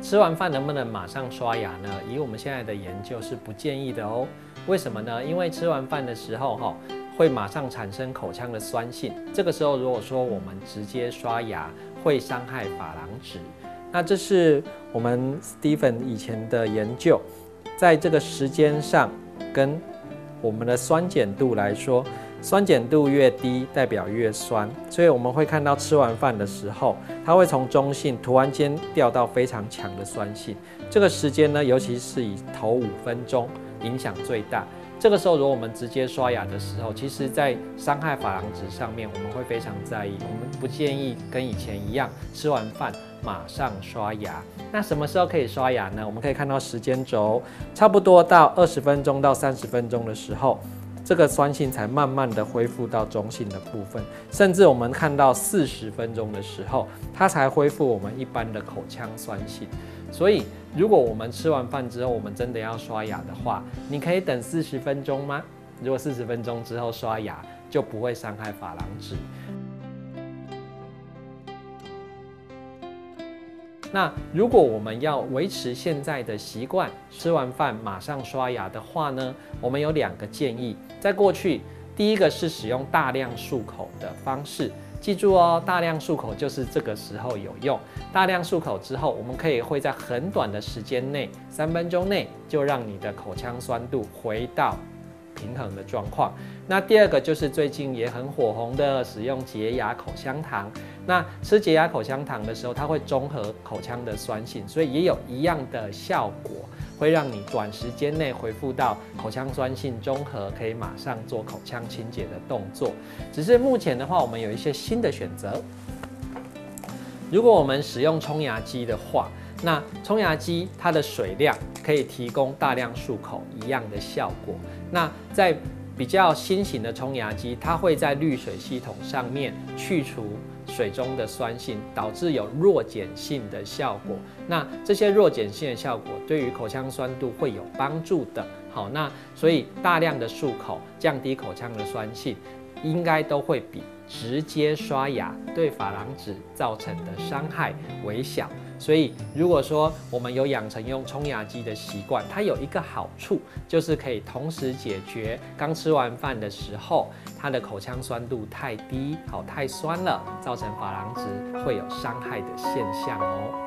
吃完饭能不能马上刷牙呢？以我们现在的研究是不建议的哦。为什么呢？因为吃完饭的时候会马上产生口腔的酸性，这个时候如果说我们直接刷牙，会伤害珐琅质。那这是我们 Stephen 以前的研究，在这个时间上跟我们的酸碱度来说，酸碱度越低代表越酸，所以我们会看到吃完饭的时候，它会从中性突然间掉到非常强的酸性。这个时间呢，尤其是以头5分钟影响最大。这个时候，如果我们直接刷牙的时候，其实在伤害珐琅质上面，我们会非常在意。我们不建议跟以前一样，吃完饭马上刷牙。那什么时候可以刷牙呢？我们可以看到时间轴，差不多到20分钟到30分钟的时候，这个酸性才慢慢的恢复到中性的部分，甚至我们看到40分钟的时候，它才恢复我们一般的口腔酸性。所以，如果我们吃完饭之后，我们真的要刷牙的话，你可以等40分钟吗？如果40分钟之后刷牙，就不会伤害珐琅质。那如果我们要维持现在的习惯，吃完饭马上刷牙的话呢，我们有2个建议。在过去，第一个是使用大量漱口的方式，记住哦，大量漱口就是这个时候有用。大量漱口之后，我们会在很短的时间内，3分钟内就让你的口腔酸度回到平衡的状况。那第2个就是最近也很火红的使用洁牙口香糖。那吃洁牙口香糖的时候，它会中和口腔的酸性，所以也有一样的效果，会让你短时间内恢复到口腔酸性中和，可以马上做口腔清洁的动作。只是目前的话，我们有一些新的选择。如果我们使用冲牙机的话，那冲牙机它的水量可以提供大量漱口一样的效果。那在比较新型的冲牙机，它会在滤水系统上面去除水中的酸性，导致有弱碱性的效果。那这些弱碱性的效果对于口腔酸度会有帮助的。好，那所以大量的漱口，降低口腔的酸性，应该都会比直接刷牙对珐琅质造成的伤害微小。所以如果说我们有养成用冲牙机的习惯，它有一个好处，就是可以同时解决刚吃完饭的时候它的口腔酸度太低，太酸了，造成珐琅质会有伤害的现象哦。